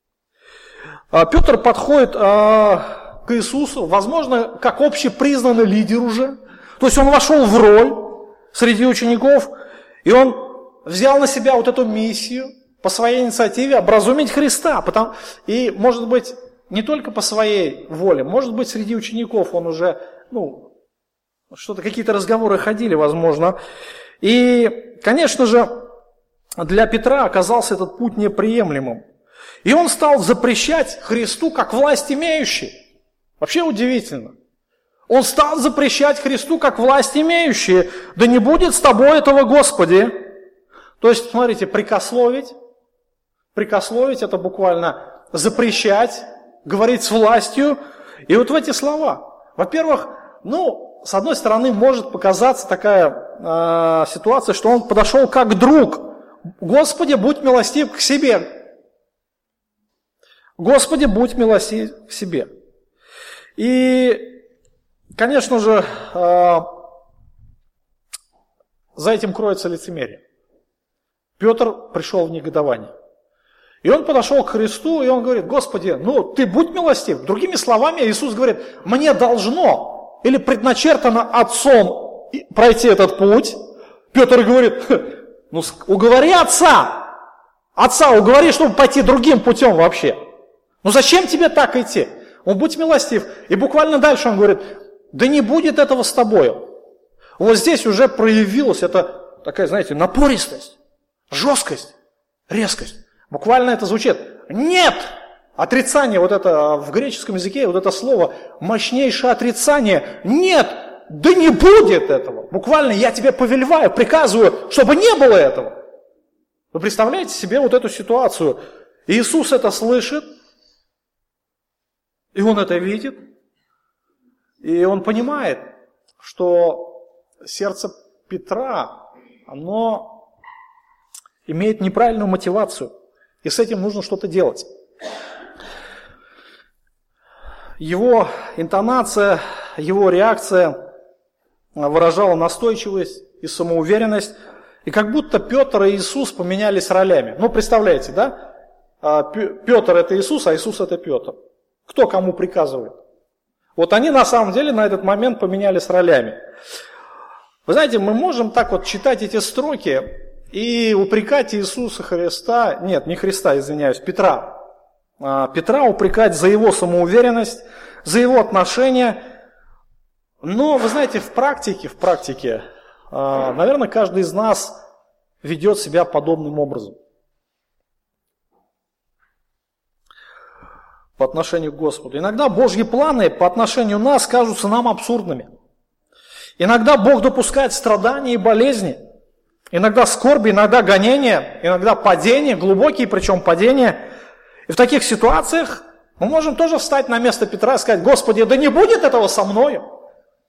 [SPEAKER 1] Петр подходит к Иисусу, возможно, как общепризнанный лидер уже. То есть он вошел в роль среди учеников, и он взял на себя вот эту миссию по своей инициативе образумить Христа. И, может быть, не только по своей воле, может быть, среди учеников он уже, какие-то разговоры ходили, возможно. И, конечно же, для Петра оказался этот путь неприемлемым. И он стал запрещать Христу как власть имеющий. Вообще удивительно. Он стал запрещать Христу как власть имеющий. Да не будет с тобой этого, Господи. То есть, смотрите, прикословить это буквально запрещать, говорить с властью. И вот в эти слова. Во-первых, с одной стороны, может показаться такая ситуация, что он подошел как друг. Господи, будь милостив к себе. Господи, будь милостив к себе. И, конечно же, за этим кроется лицемерие. Петр пришел в негодование. И он подошел к Христу, и он говорит: Господи, ты будь милостив. Другими словами, Иисус говорит: мне должно или предначертано Отцом пройти этот путь. Петр говорит: уговори Отца. Отца уговори, чтобы пойти другим путем вообще. Зачем тебе так идти? Будь милостив. И буквально дальше он говорит: да не будет этого с тобою. Вот здесь уже проявилась эта такая, знаете, напористость, жесткость, резкость. Буквально это звучит: нет! Отрицание, вот это в греческом языке, вот это слово, мощнейшее отрицание. Нет! Да не будет этого! Буквально я тебе повелеваю, приказываю, чтобы не было этого. Вы представляете себе вот эту ситуацию? Иисус это слышит, и Он это видит, и Он понимает, что сердце Петра, оно имеет неправильную мотивацию, и с этим нужно что-то делать. Его интонация, его реакция выражала настойчивость и самоуверенность, и как будто Петр и Иисус поменялись ролями. Представляете, да? Петр это Иисус, а Иисус это Петр. Кто кому приказывает? Вот они на самом деле на этот момент поменялись ролями. Вы знаете, мы можем так вот читать эти строки и упрекать Иисуса Христа, нет, не Христа, извиняюсь, Петра. Петра упрекать за его самоуверенность, за его отношения. Но, вы знаете, в практике, наверное, каждый из нас ведет себя подобным образом. По отношению к Господу. Иногда Божьи планы по отношению к нас кажутся нам абсурдными. Иногда Бог допускает страдания и болезни. Иногда скорби, иногда гонения, иногда падения, глубокие причем падения. И в таких ситуациях мы можем тоже встать на место Петра и сказать: Господи, да не будет этого со мною.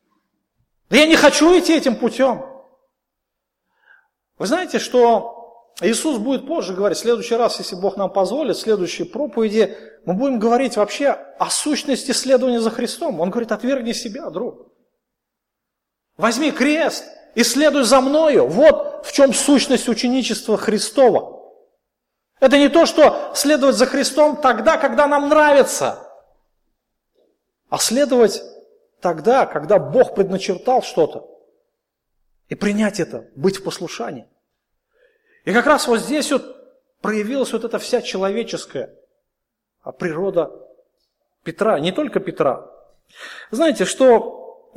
[SPEAKER 1] Да я не хочу идти этим путем. Вы знаете, что Иисус будет позже говорить, в следующий раз, если Бог нам позволит, в следующей проповеди мы будем говорить вообще о сущности следования за Христом. Он говорит, отвергни себя, друг. Возьми крест и следуй за мною. Вот в чем сущность ученичества Христова. Это не то, что следовать за Христом тогда, когда нам нравится, а следовать тогда, когда Бог предначертал что-то. И принять это, быть в послушании. И как раз вот здесь вот проявилась вот эта вся человеческая природа Петра, не только Петра. Знаете, что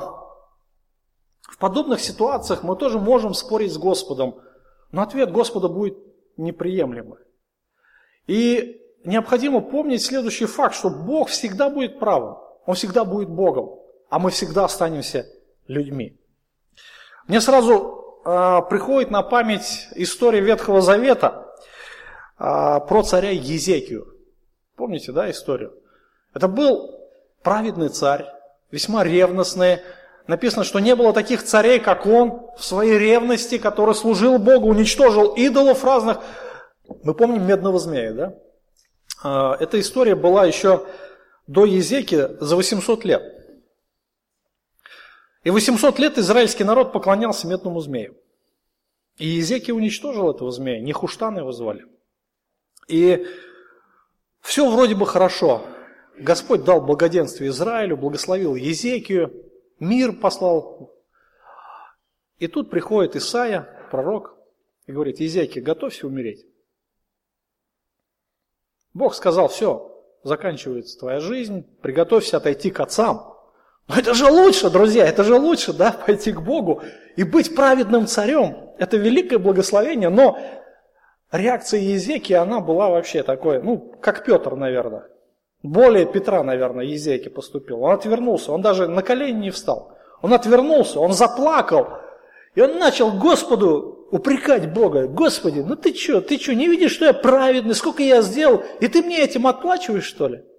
[SPEAKER 1] в подобных ситуациях мы тоже можем спорить с Господом, но ответ Господа будет неприемлемый. И необходимо помнить следующий факт, что Бог всегда будет правым, Он всегда будет Богом, а мы всегда останемся людьми. Мне сразу приходит на память история Ветхого Завета про царя Езекию. Помните, да, историю? Это был праведный царь, весьма ревностный. Написано, что не было таких царей, как он, в своей ревности, который служил Богу, уничтожил идолов разных. Мы помним медного змея, да? Эта история была еще до Езекии за 800 лет. И 800 лет израильский народ поклонялся медному змею. И Езекия уничтожил этого змея, Нехуштана его звали. И все вроде бы хорошо. Господь дал благоденствие Израилю, благословил Езекию, мир послал. И тут приходит Исаия, пророк, и говорит, Езекия, готовься умереть. Бог сказал, все, заканчивается твоя жизнь, приготовься отойти к отцам. Но это же лучше, друзья, это же лучше, да, пойти к Богу и быть праведным царем. Это великое благословение, но реакция Езекии, она была вообще такой, как Петр, наверное. Более Петра, наверное, Езекия поступил. Он отвернулся, он даже на колени не встал. Он отвернулся, он заплакал. И он начал Господу упрекать Бога. Господи, ты что, не видишь, что я праведный, сколько я сделал, и ты мне этим отплачиваешь, что ли?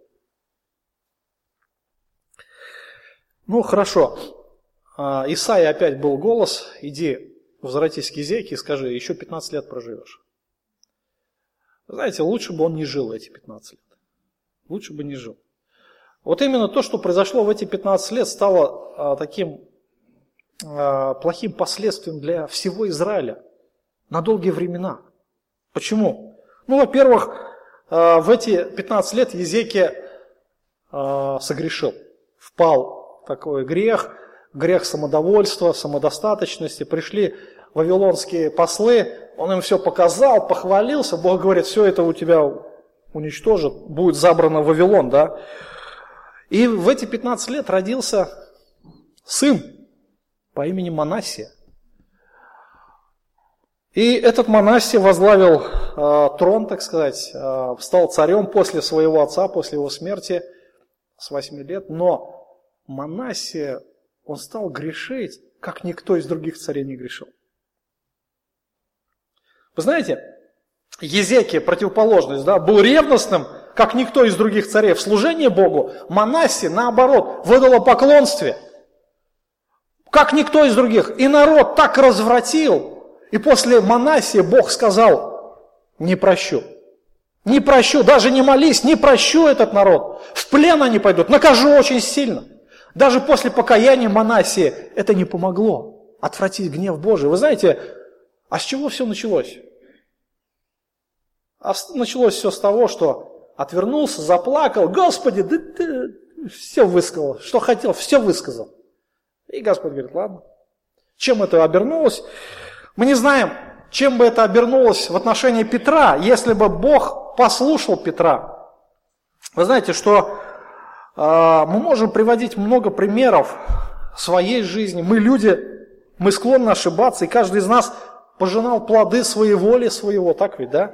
[SPEAKER 1] Хорошо. Исаии опять был голос, иди, возвратись к Езекии и скажи, еще 15 лет проживешь. Знаете, лучше бы он не жил эти 15 лет. Лучше бы не жил. Вот именно то, что произошло в эти 15 лет, стало таким плохим последствием для всего Израиля на долгие времена. Почему? Во-первых, в эти 15 лет Езекия согрешил, впал в такой грех самодовольства, самодостаточности. Пришли вавилонские послы, он им все показал, похвалился, Бог говорит, все это у тебя уничтожит, будет забрано в Вавилон, да. И в эти 15 лет родился сын по имени Манассия. И этот Манассия возглавил трон, так сказать, стал царем после своего отца, после его смерти с 8 лет. Но Манассия, он стал грешить, как никто из других царей не грешил. Вы знаете, Езекия, противоположность, да, был ревностным, как никто из других царей в служении Богу. Манассия, наоборот, в идолопоклонстве, как никто из других. И народ так развратил. И после Манассии Бог сказал, не прощу. Не прощу, даже не молись, не прощу этот народ. В плен они пойдут, накажу очень сильно. Даже после покаяния Манассии это не помогло отвратить гнев Божий. Вы знаете, а с чего все началось? А началось все с того, что отвернулся, заплакал. Господи, да ты все высказал, что хотел, все высказал. И Господь говорит, ладно. Чем это обернулось? Мы не знаем, чем бы это обернулось в отношении Петра, если бы Бог послушал Петра. Вы знаете, что мы можем приводить много примеров своей жизни. Мы люди, мы склонны ошибаться, и каждый из нас пожинал плоды своей воли, своего, так ведь, да?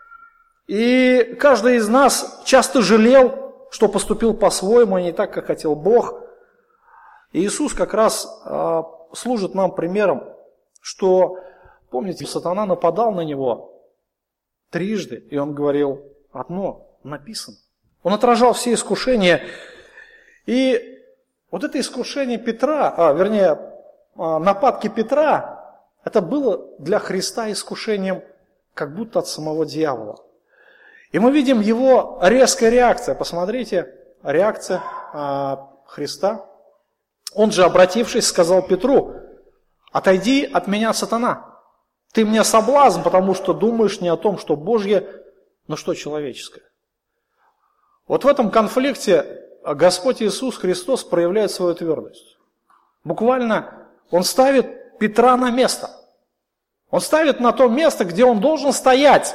[SPEAKER 1] И каждый из нас часто жалел, что поступил по-своему, а не так, как хотел Бог. И Иисус как раз служит нам примером, что, помните, сатана нападал на него трижды, и он говорил, одно написано. Он отражал все искушения. И вот это искушение Петра, нападки Петра, это было для Христа искушением как будто от самого дьявола. И мы видим его резкая реакция. Посмотрите, реакция Христа. Он же, обратившись, сказал Петру: «Отойди от меня, сатана! Ты мне соблазн, потому что думаешь не о том, что Божье, но что человеческое». Вот в этом конфликте Господь Иисус Христос проявляет свою твердость. Буквально Он ставит Петра на место. Он ставит на то место, где он должен стоять.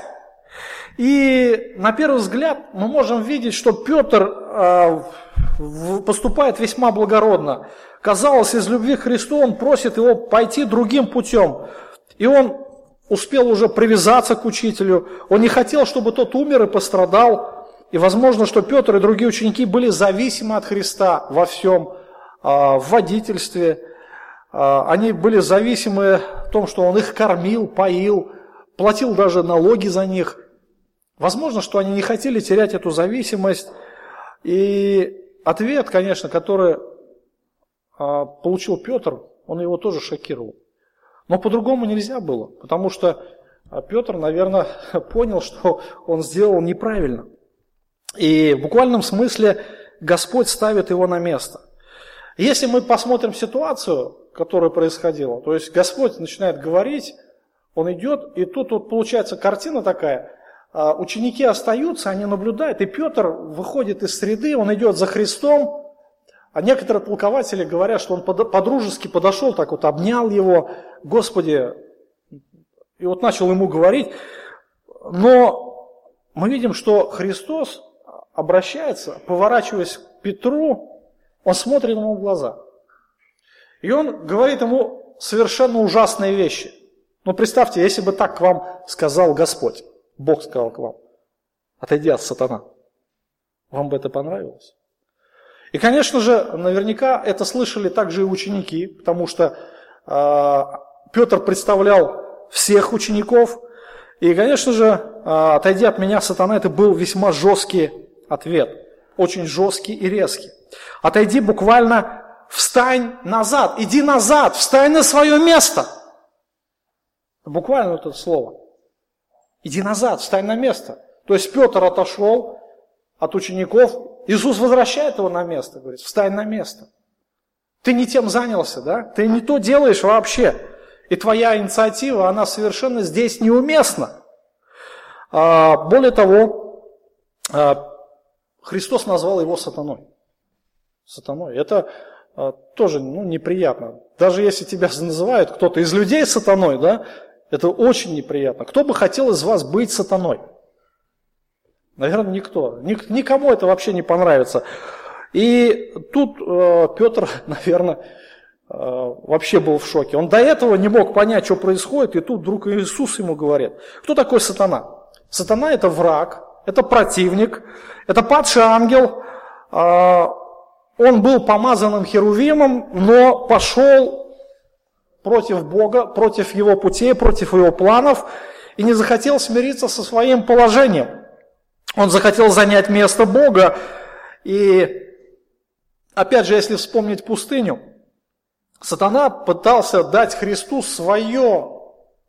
[SPEAKER 1] И на первый взгляд мы можем видеть, что Петр поступает весьма благородно. Казалось, из любви к Христу он просит его пойти другим путем. И он успел уже привязаться к учителю. Он не хотел, чтобы тот умер и пострадал. И возможно, что Петр и другие ученики были зависимы от Христа во всем, в водительстве. Они были зависимы в том, что он их кормил, поил, платил даже налоги за них. Возможно, что они не хотели терять эту зависимость. И ответ, конечно, который получил Петр, он его тоже шокировал. Но по-другому нельзя было, потому что Петр, наверное, понял, что он сделал неправильно. И в буквальном смысле Господь ставит его на место. Если мы посмотрим ситуацию, которая происходила, то есть Господь начинает говорить, Он идет, и тут вот получается картина такая, ученики остаются, они наблюдают, и Петр выходит из среды, он идет за Христом, а некоторые толкователи говорят, что он по-дружески подошел, так вот обнял его, Господи, и вот начал ему говорить, но мы видим, что Христос обращается, поворачиваясь к Петру, он смотрит ему в глаза. И он говорит ему совершенно ужасные вещи. Ну, представьте, если бы так к вам сказал Господь, Бог сказал к вам: отойди от сатана. Вам бы это понравилось? И, конечно же, наверняка это слышали также и ученики, потому что Петр представлял всех учеников. И, конечно же, отойди от меня, сатана, это был весьма жесткий ответ. Очень жесткий и резкий. Отойди буквально, встань назад, иди назад, встань на свое место. Буквально вот это слово. Иди назад, встань на место. То есть Петр отошел от учеников, Иисус возвращает его на место, говорит: встань на место. Ты не тем занялся, да? Ты не то делаешь вообще. И твоя инициатива, она совершенно здесь неуместна. Более того, Христос назвал его сатаной. Сатаной. Это тоже неприятно. Даже если тебя называют кто-то из людей сатаной, да, это очень неприятно. Кто бы хотел из вас быть сатаной? Наверное, никто. Никому это вообще не понравится. И тут Петр, наверное, вообще был в шоке. Он до этого не мог понять, что происходит, и тут вдруг Иисус ему говорит: кто такой сатана? Сатана – это враг, это противник, это падший ангел. Он был помазанным херувимом, но пошел против Бога, против Его путей, против Его планов и не захотел смириться со своим положением. Он захотел занять место Бога. И опять же, если вспомнить пустыню, сатана пытался дать Христу свою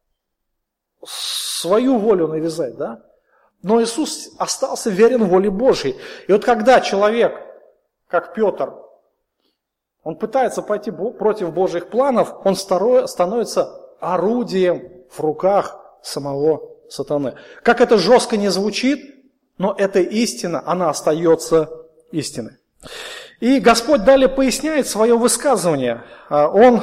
[SPEAKER 1] волю навязать, да? Но Иисус остался верен воле Божьей. И вот когда человек, как Петр, он пытается пойти против Божьих планов, он становится орудием в руках самого сатаны. Как это жестко не звучит, но эта истина, она остается истиной. И Господь далее поясняет свое высказывание. Он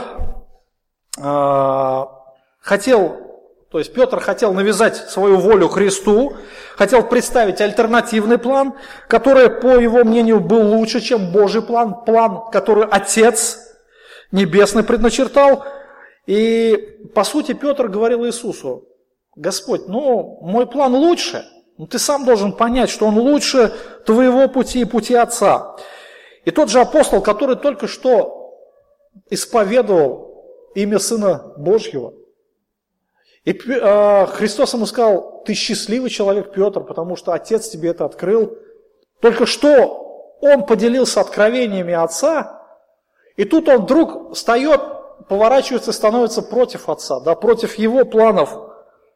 [SPEAKER 1] Петр хотел навязать свою волю Христу, хотел представить альтернативный план, который, по его мнению, был лучше, чем Божий план, который Отец Небесный предначертал. И, по сути, Петр говорил Иисусу: Господь, мой план лучше, но ты сам должен понять, что он лучше твоего пути и пути Отца. И тот же апостол, который только что исповедовал имя Сына Божьего, и Христос ему сказал: ты счастливый человек, Петр, потому что Отец тебе это открыл. Только что он поделился откровениями Отца, и тут он вдруг встает, поворачивается и становится против Отца, да, против Его планов.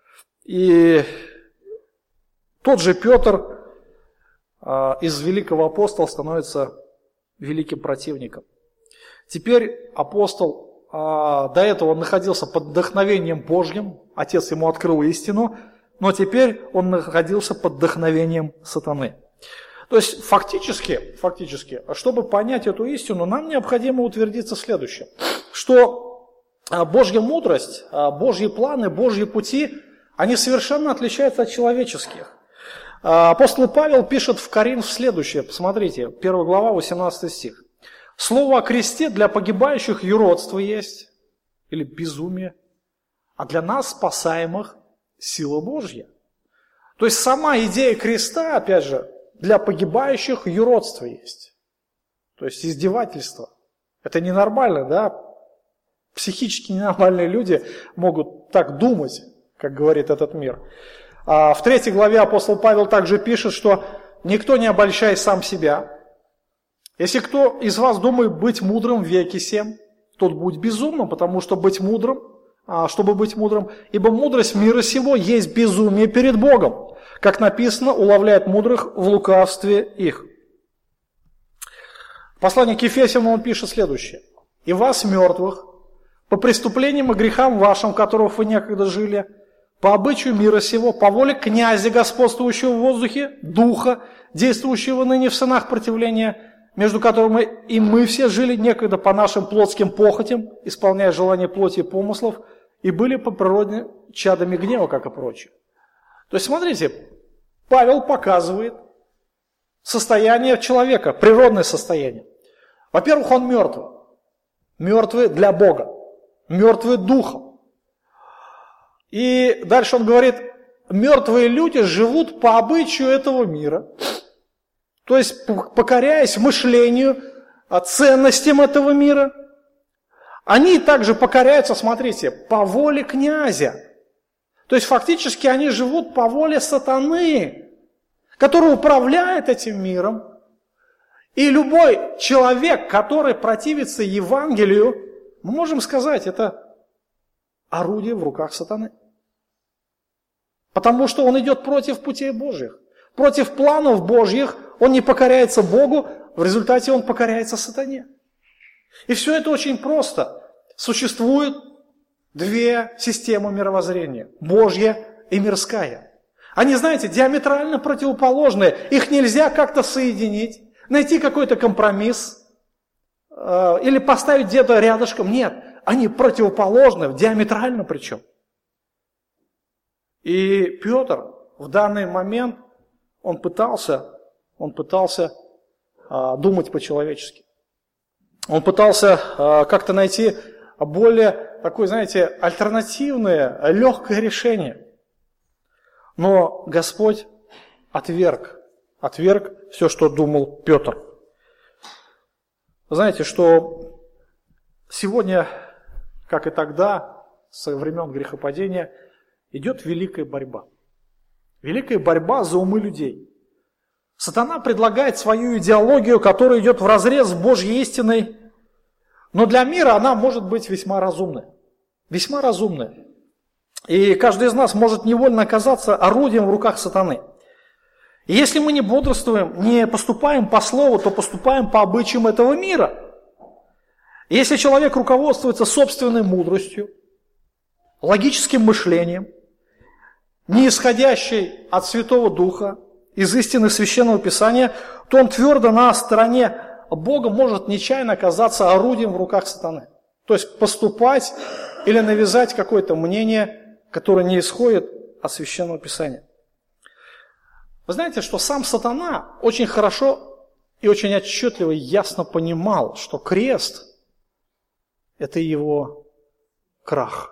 [SPEAKER 1] И тот же Петр из великого апостола становится великим противником. Теперь апостол, до этого он находился под вдохновением Божьим, Отец ему открыл истину, но теперь он находился под вдохновением сатаны. То есть фактически, чтобы понять эту истину, нам необходимо утвердиться в следующем, что Божья мудрость, Божьи планы, Божьи пути, они совершенно отличаются от человеческих. Апостол Павел пишет в Коринф следующее, посмотрите, 1 глава, 18 стих. «Слово о кресте для погибающих юродство есть, или безумие, а для нас, спасаемых, сила Божья». То есть сама идея креста, опять же, для погибающих юродство есть. То есть издевательство. Это ненормально, да? Психически ненормальные люди могут так думать, как говорит этот мир. В 3 главе апостол Павел также пишет, что никто не обольщай сам себя. Если кто из вас думает быть мудрым в веке сем, тот будь безумным, потому что быть мудрым, чтобы быть мудрым, ибо мудрость мира сего есть безумие перед Богом, как написано, уловляет мудрых в лукавстве их. В послании к Ефесянам он пишет следующее. «И вас, мертвых, по преступлениям и грехам вашим, в которых вы некогда жили, по обычаю мира сего, по воле князя, господствующего в воздухе, духа, действующего ныне в сынах противления, между которыми и мы все жили некогда по нашим плотским похотям, исполняя желания плоти и помыслов, и были по природе чадами гнева, как и прочее». То есть, смотрите, Павел показывает состояние человека, природное состояние. Во-первых, он мертвый. Мертвый для Бога. Мертвый духом. И дальше он говорит, мертвые люди живут по обычаю этого мира, то есть покоряясь мышлению, ценностям этого мира. Они также покоряются, смотрите, по воле князя. То есть фактически они живут по воле сатаны, который управляет этим миром. И любой человек, который противится Евангелию, мы можем сказать, это орудие в руках сатаны. Потому что он идет против путей Божьих, против планов Божьих, он не покоряется Богу, в результате он покоряется сатане. И все это очень просто. Существует две системы мировоззрения, Божья и мирская. Они, знаете, диаметрально противоположные, их нельзя как-то соединить, найти какой-то компромисс или поставить где-то рядышком. Нет, они противоположны, диаметрально причем. И Петр в данный момент, он пытался думать по-человечески. Он пытался как-то найти более такое, знаете, альтернативное, легкое решение. Но Господь отверг все, что думал Петр. Знаете, что сегодня, как и тогда, со времен грехопадения, идет великая борьба. Великая борьба за умы людей. Сатана предлагает свою идеологию, которая идет вразрез с Божьей истиной, но для мира она может быть весьма разумной. Весьма разумная. И каждый из нас может невольно оказаться орудием в руках сатаны. И если мы не бодрствуем, не поступаем по слову, то поступаем по обычаям этого мира. И если человек руководствуется собственной мудростью, логическим мышлением, не исходящей от Святого Духа, из истины Священного Писания, то он твердо на стороне Бога может нечаянно оказаться орудием в руках сатаны. То есть поступать или навязать какое-то мнение, которое не исходит от Священного Писания. Вы знаете, что сам сатана очень хорошо и очень отчетливо и ясно понимал, что крест – это его крах.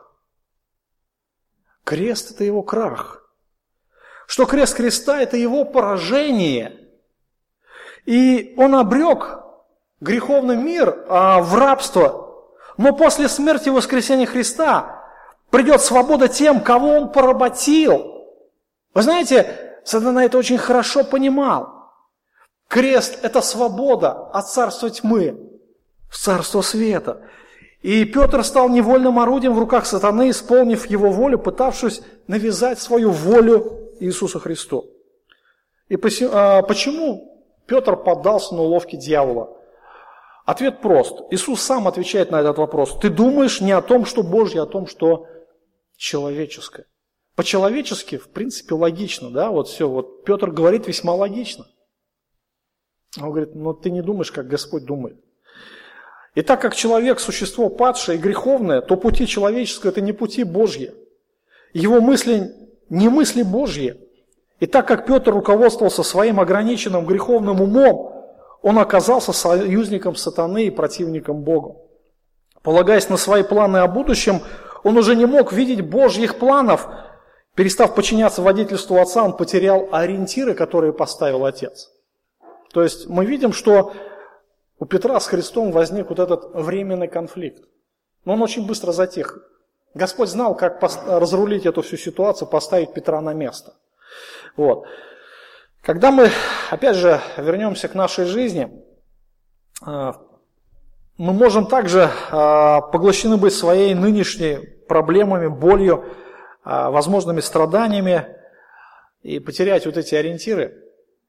[SPEAKER 1] Крест – это его крах. Что крест Христа – это его поражение. И он обрек греховный мир в рабство. Но после смерти и воскресения Христа придет свобода тем, кого он поработил. Вы знаете, сатана это очень хорошо понимал. Крест – это свобода от царства тьмы в царство света. И Петр стал невольным орудием в руках сатаны, исполнив его волю, пытавшись навязать свою волю Иисусу Христу. И почему Петр поддался на уловки дьявола? Ответ прост. Иисус сам отвечает на этот вопрос. Ты думаешь не о том, что Божье, а о том, что человеческое. По-человечески, в принципе, логично, да, вот все, вот Петр говорит весьма логично. Он говорит, но ты не думаешь, как Господь думает. И так как человек – существо падшее и греховное, то пути человеческие – это не пути Божьи. Его мысли не мысли Божьи. И так как Петр руководствовался своим ограниченным греховным умом, он оказался союзником сатаны и противником Бога. Полагаясь на свои планы о будущем, он уже не мог видеть Божьих планов. Перестав подчиняться водительству отца, он потерял ориентиры, которые поставил отец. То есть мы видим, что у Петра с Христом возник вот этот временный конфликт. Но он очень быстро затих. Господь знал, как разрулить эту всю ситуацию, поставить Петра на место. Вот. Когда мы, опять же, вернемся к нашей жизни, мы можем также поглощены быть своей нынешней проблемами, болью, возможными страданиями и потерять вот эти ориентиры.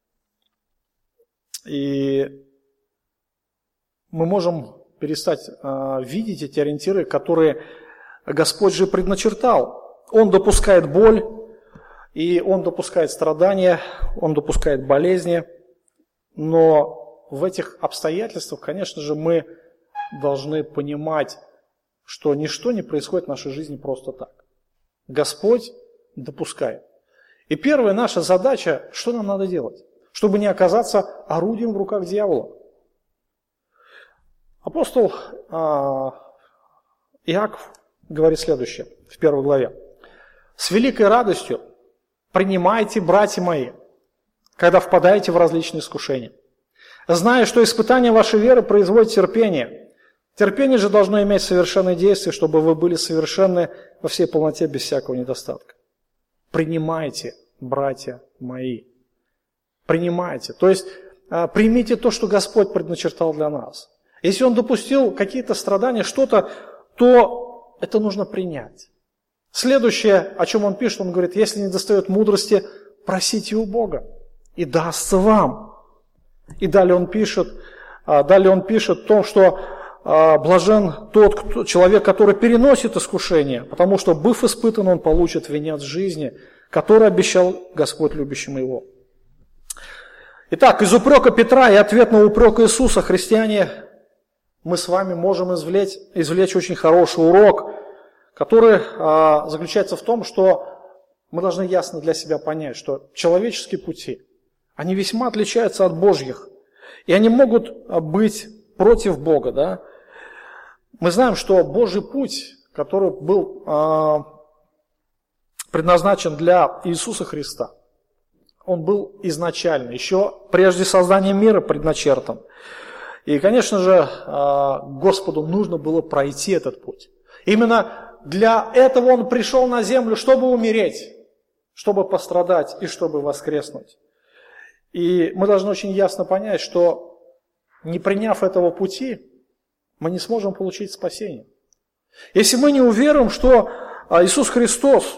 [SPEAKER 1] И мы можем перестать видеть эти ориентиры, которые Господь же предначертал. Он допускает боль, и Он допускает страдания, Он допускает болезни. Но в этих обстоятельствах, конечно же, мы должны понимать, что ничто не происходит в нашей жизни просто так. Господь допускает. И первая наша задача, что нам надо делать, чтобы не оказаться орудием в руках дьявола. Апостол Иаков говорит следующее в 1 главе. «С великой радостью принимайте, братья мои, когда впадаете в различные искушения, зная, что испытание вашей веры производит терпение. Терпение же должно иметь совершенное действие, чтобы вы были совершенны во всей полноте, без всякого недостатка. Принимайте, братья мои». Принимайте. То есть примите то, что Господь предначертал для нас. Если Он допустил какие-то страдания, что-то, то это нужно принять. Следующее, о чем он пишет, он говорит, если не достает мудрости, просите у Бога, и дастся вам. И далее он пишет о том, что блажен тот человек, который переносит искушение, потому что, быв испытан, он получит венец жизни, который обещал Господь любящим его. Итак, из упрека Петра и ответ на упрек Иисуса, христиане, мы с вами можем извлечь очень хороший урок, который заключается в том, что мы должны ясно для себя понять, что человеческие пути, они весьма отличаются от Божьих, и они могут быть против Бога. Да? Мы знаем, что Божий путь, который был предназначен для Иисуса Христа, он был изначально, еще прежде создания мира предначертан. И, конечно же, Господу нужно было пройти этот путь. Именно для этого Он пришел на землю, чтобы умереть, чтобы пострадать и чтобы воскреснуть. И мы должны очень ясно понять, что не приняв этого пути, мы не сможем получить спасение. Если мы не уверуем, что Иисус Христос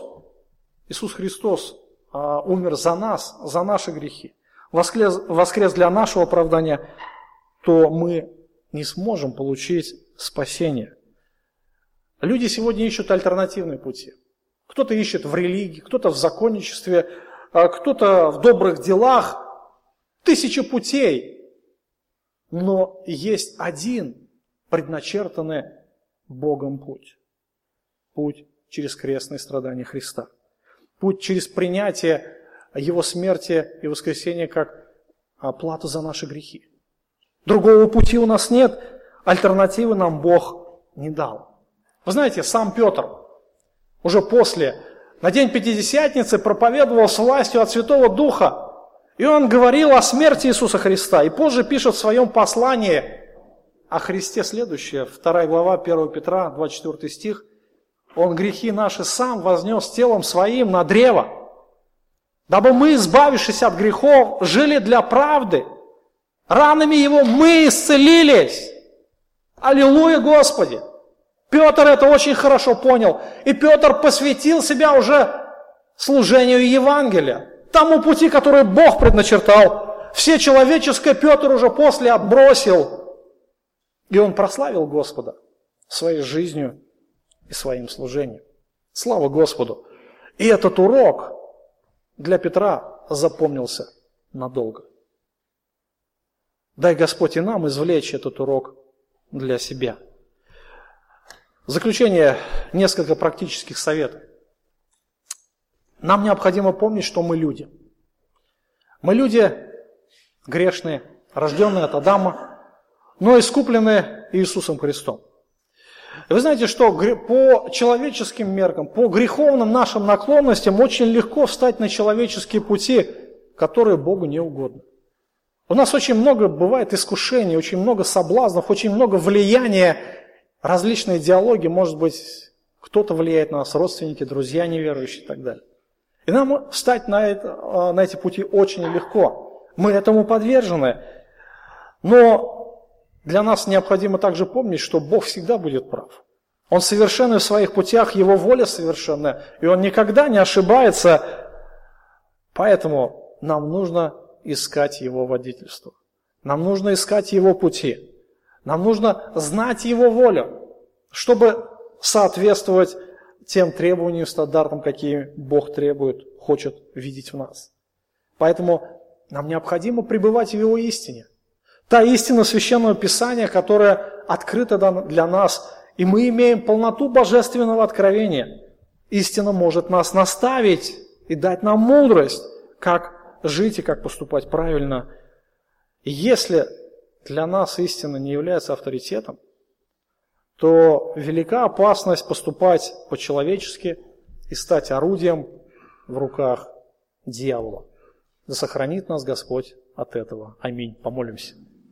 [SPEAKER 1] умер за нас, за наши грехи, воскрес для нашего оправдания, то мы не сможем получить спасение. Люди сегодня ищут альтернативные пути. Кто-то ищет в религии, кто-то в законничестве, кто-то в добрых делах. Тысячи путей. Но есть один предначертанный Богом путь. Путь через крестные страдания Христа. Путь через принятие Его смерти и воскресения как плату за наши грехи. Другого пути у нас нет, альтернативы нам Бог не дал. Вы знаете, сам Петр уже после, на день Пятидесятницы, проповедовал с властью от Святого Духа, и он говорил о смерти Иисуса Христа, и позже пишет в своем послании о Христе следующее, 2 глава 1 Петра, 24 стих, «Он грехи наши сам вознес телом своим на древо, дабы мы, избавившись от грехов, жили для правды. Ранами Его мы исцелились». Аллилуйя, Господи! Петр это очень хорошо понял. И Петр посвятил себя уже служению Евангелия, тому пути, который Бог предначертал. Все человеческое Петр уже после отбросил. И он прославил Господа своей жизнью и своим служением. Слава Господу! И этот урок для Петра запомнился надолго. Дай Господь и нам извлечь этот урок для себя. В заключение несколько практических советов. Нам необходимо помнить, что мы люди. Мы люди грешные, рожденные от Адама, но искупленные Иисусом Христом. И вы знаете, что по человеческим меркам, по греховным нашим наклонностям очень легко встать на человеческие пути, которые Богу не угодны. У нас очень много бывает искушений, очень много соблазнов, очень много влияния, различные идеологии, может быть, кто-то влияет на нас, родственники, друзья неверующие и так далее. И нам встать на эти пути очень легко. Мы этому подвержены. Но для нас необходимо также помнить, что Бог всегда будет прав. Он совершенный в своих путях, Его воля совершенная, и Он никогда не ошибается. Поэтому нам нужно искать Его водительство. Нам нужно искать Его пути. Нам нужно знать Его волю, чтобы соответствовать тем требованиям, стандартам, какие Бог требует, хочет видеть в нас. Поэтому нам необходимо пребывать в Его истине. Та истина Священного Писания, которая открыта для нас, и мы имеем полноту божественного откровения. Истина может нас наставить и дать нам мудрость, как жить и как поступать правильно. И если для нас истина не является авторитетом, то велика опасность поступать по-человечески и стать орудием в руках дьявола. Да сохранит нас Господь от этого. Аминь. Помолимся.